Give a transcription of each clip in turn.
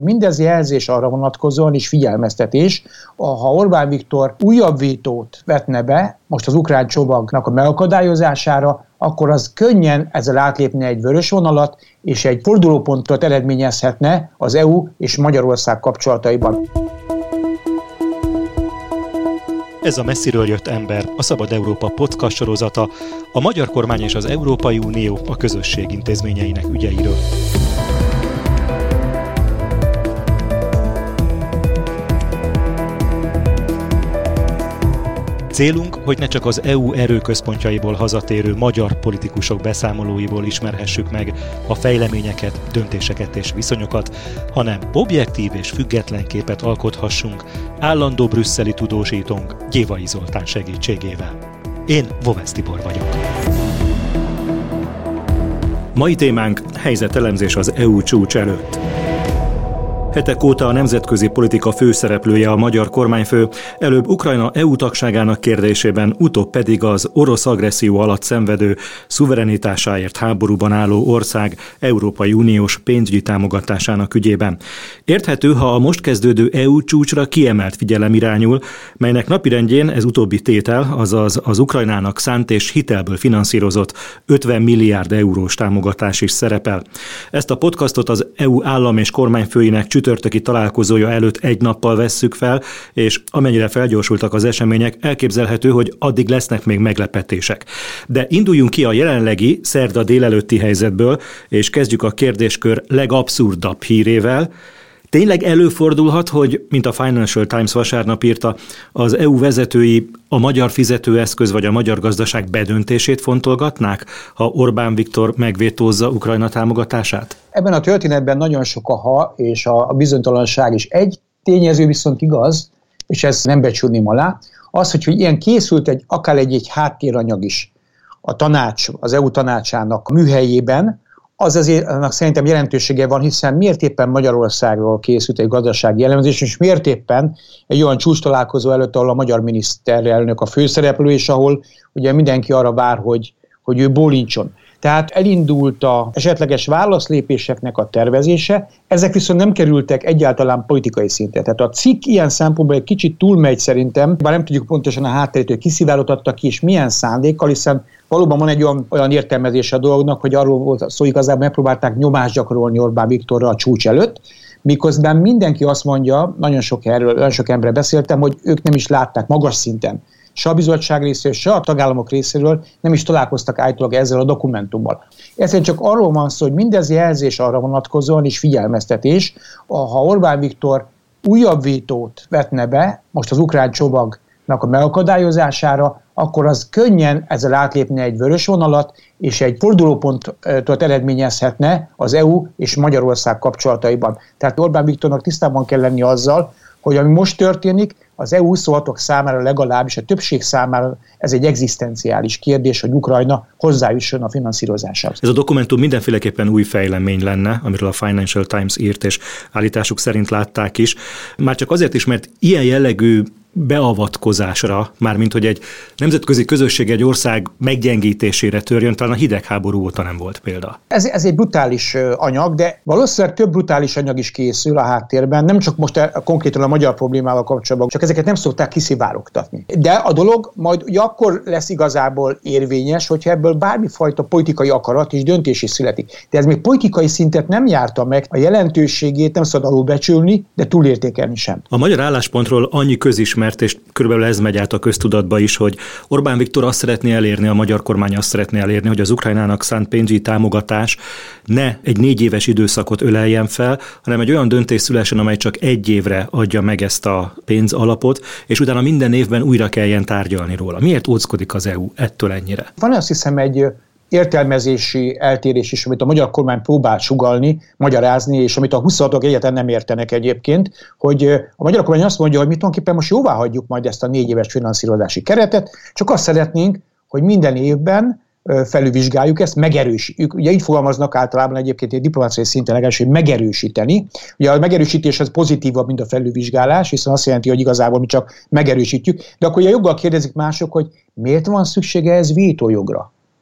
Mindez jelzés arra vonatkozóan és figyelmeztetés, ha Orbán Viktor újabb vétót vetne be most az ukrán csomagnak a megakadályozására, akkor az könnyen ezzel átlépne egy vörös vonalat, és egy fordulópontot eredményezhetne az EU és Magyarország kapcsolataiban. Ez a Messziről jött ember, a Szabad Európa podcast sorozata, a magyar kormány és az Európai Unió a közösség intézményeinek ügyeiről. Célunk, hogy ne csak az EU erőközpontjaiból hazatérő magyar politikusok beszámolóiból ismerhessük meg a fejleményeket, döntéseket és viszonyokat, hanem objektív és független képet alkothassunk állandó brüsszeli tudósítónk Gyévai Zoltán segítségével. Én Vovesz Tibor vagyok. Mai témánk helyzetelemzés az EU csúcs előtt. Hetek óta a nemzetközi politika főszereplője a magyar kormányfő, előbb Ukrajna EU tagságának kérdésében, utóbb pedig az orosz agresszió alatt szenvedő, szuverenitásáért háborúban álló ország Európai Uniós pénzügyi támogatásának ügyében. Érthető, ha a most kezdődő EU csúcsra kiemelt figyelem irányul, melynek napirendjén ez utóbbi tétel, azaz az Ukrajnának szánt és hitelből finanszírozott 50 milliárd eurós támogatás is szerepel. Ezt a podcastot az EU állam és kormányfőinek csütörtöki találkozója előtt egy nappal vesszük fel, és amennyire felgyorsultak az események, elképzelhető, hogy addig lesznek még meglepetések. De induljunk ki a jelenlegi szerda délelőtti helyzetből, és kezdjük a kérdéskör legabszurdabb hírével. Tényleg előfordulhat, hogy, mint a Financial Times vasárnap írta, az EU vezetői a magyar fizetőeszköz vagy a magyar gazdaság bedöntését fontolgatnák, ha Orbán Viktor megvétózza Ukrajna támogatását? Ebben a történetben nagyon sok a ha és a bizonytalanság is. Egy tényező viszont igaz, és ezt nem becsülném alá, az, hogy ilyen készült akár egy háttéranyag is a tanács, az EU tanácsának műhelyében, az azért annak szerintem jelentősége van, hiszen miért éppen Magyarországról készült egy gazdasági elemzés, és miért éppen egy olyan csúcstalálkozó előtt, ahol a magyar miniszterelnök a főszereplő, és ahol ugye mindenki arra vár, hogy ő bólincson. Tehát elindult a esetleges válaszlépéseknek a tervezése, ezek viszont nem kerültek egyáltalán politikai szintre. Tehát a cikk ilyen szempontból egy kicsit túlmegy szerintem, bár nem tudjuk pontosan a hátterét, hogy kiszivárogtatta ki, és milyen szándékkal, hiszen valóban van egy olyan értelmezése a dolognak, hogy arról volt szó, igazából megpróbálták nyomást gyakorolni Orbán Viktorra a csúcs előtt, miközben mindenki azt mondja, nagyon sok emberrel beszéltem, hogy ők nem is látták magas szinten, se a bizottság részéről, se a tagállamok részéről nem is találkoztak állítólag ezzel a dokumentummal. Ezért csak arról van szó, hogy mindez jelzés arra vonatkozóan és figyelmeztetés, ha Orbán Viktor újabb vétót vetne be most az ukrán csomagnak a megakadályozására, akkor az könnyen ezzel átlépne egy vörös vonalat, és egy fordulópontot eredményezhetne az EU és Magyarország kapcsolataiban. Tehát Orbán Viktornak tisztában kell lenni azzal, hogy ami most történik, az EU-26-ok számára legalábbis a többség számára ez egy egzisztenciális kérdés, hogy Ukrajna hozzájusson a finanszírozásához. Ez a dokumentum mindenféleképpen új fejlemény lenne, amiről a Financial Times írt, és állításuk szerint látták is. Már csak azért is, mert ilyen jellegű beavatkozásra, mármint hogy egy nemzetközi közösség egy ország meggyengítésére törjön, talán a hidegháború óta nem volt példa. Ez egy brutális anyag, de valószínűleg több brutális anyag is készül a háttérben, nem csak most konkrétan a magyar problémával kapcsolatban, csak ezeket nem szokták kiszivárogtatni. De a dolog majd ugye akkor lesz igazából érvényes, hogyha ebből bármifajta politikai akarat és döntés is születik. De ez még politikai szintet nem járta meg, a jelentőségét nem szabad alulbecsülni, de túlértékelni sem. A magyar álláspontról annyi közismert, és körülbelül ez megy át a köztudatba is, hogy Orbán Viktor azt szeretné elérni, a magyar kormány azt szeretné elérni, hogy az Ukrajnának szánt pénzügyi támogatás ne egy 4 éves időszakot öleljen fel, hanem egy olyan döntés szülessen, amely csak 1 évre adja meg ezt a pénzalapot, és utána minden évben újra kelljen tárgyalni róla. Miért óckodik az EU ettől ennyire? Van azt hiszem egy értelmezési eltérés is, amit a magyar kormány próbál sugallni, magyarázni, és amit a 26-ok egyáltalán nem értenek egyébként, hogy a magyar kormány azt mondja, hogy mi tulajdonképpen most jóvá hagyjuk majd ezt a 4 éves finanszírozási keretet, csak azt szeretnénk, hogy minden évben felülvizsgáljuk ezt, megerősítjük. Ugye így fogalmaznak általában egyébként egy diplomáciai szinten legalábbis, hogy megerősíteni. Ugye a megerősítés az pozitívabb, mint a felülvizsgálás, hiszen azt jelenti, hogy igazából mi csak megerősítjük. De akkor ugye joggal kérdezik mások, hogy miért van szüksége ez vétójogra?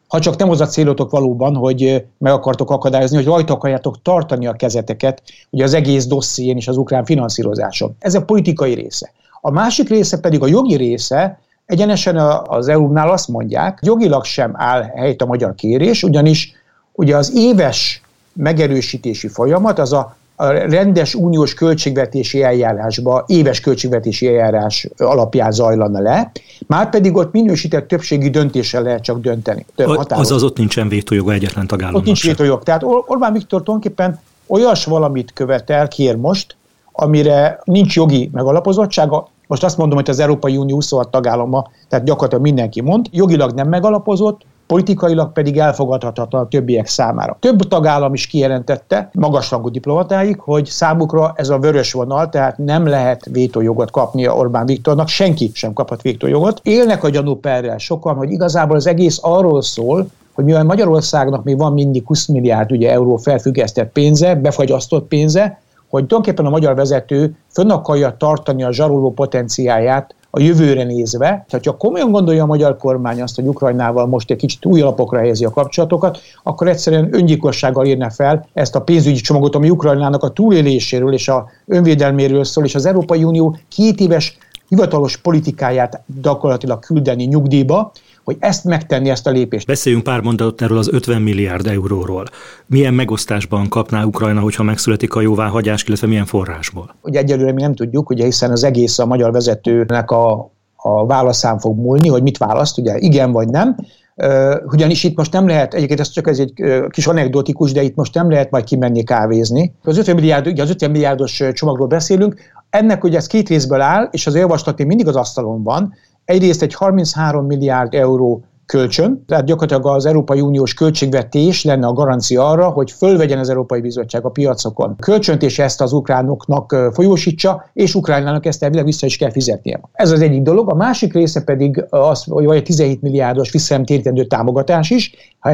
Ha csak nem az a célotok valóban, hogy meg akartok akadályozni, hogy rajta akarjátok tartani a kezeteket, ugye az egész dosszién és az ukrán finanszírozáson. Ez a politikai része. A másik része pedig a jogi része, egyenesen az EU-nál azt mondják, jogilag sem áll helyt a magyar kérés, ugyanis ugye az éves megerősítési folyamat az a rendes uniós költségvetési eljárásba, éves költségvetési eljárás alapján zajlana le, márpedig ott minősített többségi döntéssel lehet csak dönteni. Azaz ott nincsen vétójoga egyetlen tagállamnak. Ott nincs vétójog. Tehát Orbán Viktor tulajdonképpen olyas valamit követel, kér most, amire nincs jogi megalapozottsága. Most azt mondom, hogy az Európai Unió 26 tagállama, tehát gyakorlatilag mindenki mond, jogilag nem megalapozott, politikailag pedig elfogadhatatlan a többiek számára. Több tagállam is kijelentette, magasrangú diplomatáik, hogy számukra ez a vörös vonal, tehát nem lehet vétójogot kapnia Orbán Viktornak, senki sem kaphat vétójogot. Élnek a gyanúperrel sokan, hogy igazából az egész arról szól, hogy mivel Magyarországnak még van mindig 20 milliárd euró felfüggesztett pénze, befagyasztott pénze, hogy tulajdonképpen a magyar vezető fönn akarja tartani a zsaroló potenciáját a jövőre nézve. Tehát ha komolyan gondolja a magyar kormány azt, hogy Ukrajnával most egy kicsit új alapokra helyezi a kapcsolatokat, akkor egyszerűen öngyilkossággal írne fel ezt a pénzügyi csomagot, ami Ukrajnának a túléléséről és a önvédelméről szól, és az Európai Unió 2 éves hivatalos politikáját gyakorlatilag küldeni nyugdíjba, hogy ezt megtenni, ezt a lépést. Beszéljünk pár mondatot erről az 50 milliárd euróról. Milyen megosztásban kapná Ukrajna, hogyha megszületik a jóváhagyás, illetve milyen forrásból? Ugye egyelőre mi nem tudjuk, ugye, hiszen az egész a magyar vezetőnek a válaszán fog múlni, hogy mit választ, ugye igen vagy nem. Ugyanis itt most nem lehet, egyébként ez egy kis anekdotikus, de itt most nem lehet majd kimenni kávézni. Az 50 milliárdos csomagról beszélünk, ennek ugye ez 2 részből áll, és az javaslat még mindig az asztalon van. Egyrészt egy 33 milliárd euró kölcsön, tehát gyakorlatilag az Európai Uniós költségvetés lenne a garancia arra, hogy fölvegyen az Európai Bizottság a piacokon kölcsönt, és ezt az ukránoknak folyósítsa, és Ukrajnának ezt elvileg vissza is kell fizetnie. Ez az egyik dolog. A másik része pedig az, hogy vagy egy 17 milliárdos visszanemtérítendő támogatás is.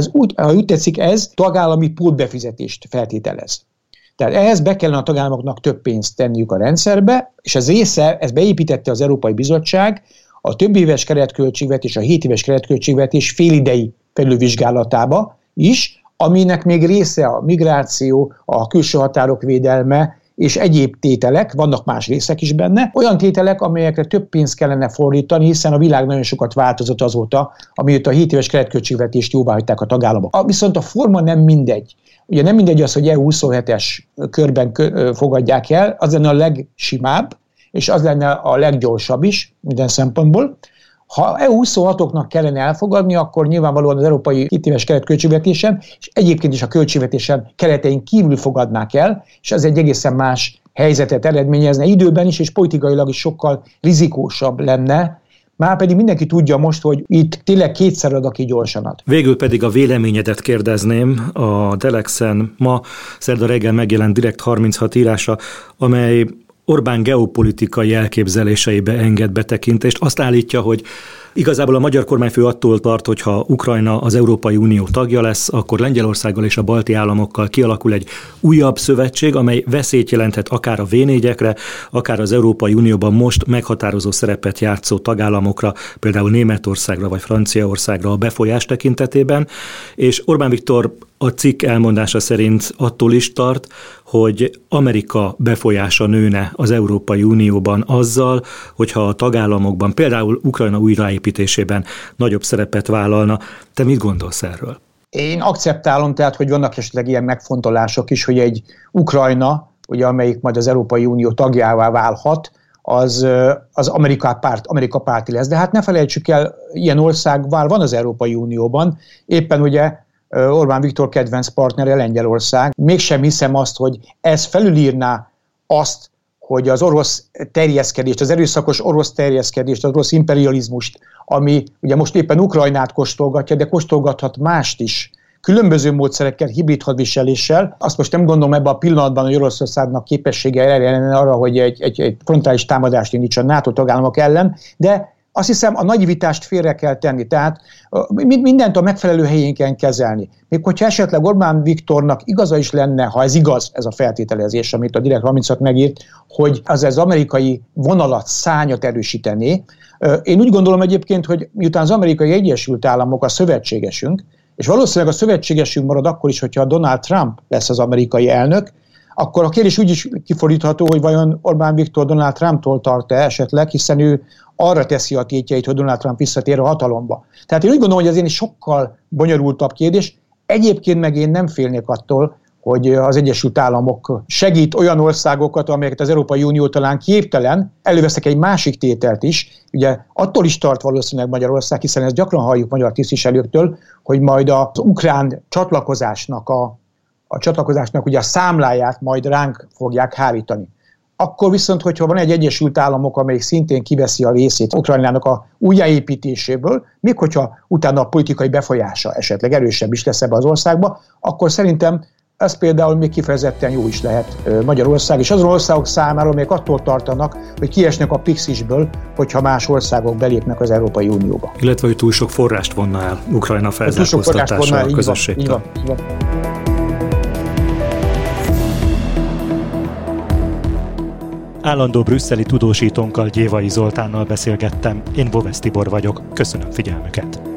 Ha úgy tetszik, ez tagállami pótbefizetést feltételez. Tehát ehhez be kellene a tagállamoknak több pénzt tenniük a rendszerbe, és ez része, ezt beépítette az Európai Bizottság, a több éves keretköltségvetés, a 7 éves keretköltségvetés félidei felülvizsgálatába is, aminek még része a migráció, a külső határok védelme és egyéb tételek, vannak más részek is benne, olyan tételek, amelyekre több pénzt kellene fordítani, hiszen a világ nagyon sokat változott azóta, amióta a 7 éves keretköltségvetést jóváhagyták a tagállamok. Viszont a forma nem mindegy. Ugye nem mindegy az, hogy EU27-es körben fogadják el, az lenne a legsimább, és az lenne a leggyorsabb is minden szempontból. Ha EU26-oknak kellene elfogadni, akkor nyilvánvalóan az európai 7 éves keretköltségvetésen, és egyébként is a költségvetésen keretein kívül fogadnák el, és ez egy egészen más helyzetet eredményezne időben is, és politikailag is sokkal rizikósabb lenne. Márpedig mindenki tudja most, hogy itt tényleg kétszer ad, aki gyorsan ad. Végül pedig a véleményedet kérdezném. A Telexen ma szerda reggel megjelent Direkt 36 írása, amely Orbán geopolitikai elképzeléseibe enged betekintést. Azt állítja, hogy igazából a magyar kormányfő attól tart, hogy ha Ukrajna az Európai Unió tagja lesz, akkor Lengyelországgal és a balti államokkal kialakul egy újabb szövetség, amely veszélyt jelenthet akár a V4-ekre, akár az Európai Unióban most meghatározó szerepet játszó tagállamokra, például Németországra vagy Franciaországra a befolyás tekintetében. És Orbán Viktor a cikk elmondása szerint attól is tart, hogy Amerika befolyása nőne az Európai Unióban azzal, hogyha a tagállamokban, például Ukrajna újraépítésében nagyobb szerepet vállalna. Te mit gondolsz erről? Én akceptálom, tehát, hogy vannak esetleg ilyen megfontolások is, hogy egy Ukrajna, ugye, amelyik majd az Európai Unió tagjává válhat, az Amerika párti lesz. De hát ne felejtsük el, ilyen ország van az Európai Unióban, éppen ugye Orbán Viktor kedvenc partnere Lengyelország. Mégsem hiszem azt, hogy ez felülírná azt, hogy az orosz terjeszkedést, az erőszakos orosz terjeszkedést, az orosz imperializmust, ami ugye most éppen Ukrajnát kóstolgatja, de kóstolgathat mást is, különböző módszerekkel, hibrid hadviseléssel. Azt most nem gondolom ebben a pillanatban, hogy Oroszországnak képessége lenne arra, hogy egy frontális támadást indítson a NATO tagállamok ellen, de azt hiszem, a naivitást félre kell tenni, tehát mindent a megfelelő helyén kell kezelni. Még hogyha esetleg Orbán Viktornak igaza is lenne, ha ez igaz, ez a feltételezés, amit a Direkt 36 megírt, hogy az amerikai vonalat, szárnyat erősítené. Én úgy gondolom egyébként, hogy miután az Amerikai Egyesült Államok a szövetségesünk, és valószínűleg a szövetségesünk marad akkor is, hogyha Donald Trump lesz az amerikai elnök, akkor a kérdés úgy is kifordítható, hogy vajon Orbán Viktor Donald Trumptól tart-e esetleg, hiszen ő arra teszi a tétjeit, hogy Donald Trump visszatér a hatalomba. Tehát én úgy gondolom, hogy ez egy sokkal bonyolultabb kérdés. Egyébként meg én nem félnék attól, hogy az Egyesült Államok segít olyan országokat, amelyeket az Európai Unió talán képtelen. Előveszek egy másik tételt is. Ugye attól is tart valószínűleg Magyarország, hiszen ezt gyakran halljuk magyar tisztviselőktől, hogy majd az ukrán csatlakozásnak ugye a számláját majd ránk fogják hárítani. Akkor viszont, hogyha van egy Egyesült Államok, amelyik szintén kiveszi a részét Ukrajnának a újjáépítéséből, még hogyha utána a politikai befolyása esetleg erősebb is lesz ebbe az országba, akkor szerintem ez például még kifejezetten jó is lehet Magyarország, és azon országok számára, amelyek attól tartanak, hogy kiesnek a PIX-ből, hogyha más országok belépnek az Európai Unióba. Illetve, hogy túl sok forrást vonna el Ukrajna felzárkóztatása a közösségtől. Így van. Állandó brüsszeli tudósítónkkal, Gyévai Zoltánnal beszélgettem. Én Bovesz Tibor vagyok. Köszönöm figyelmüket.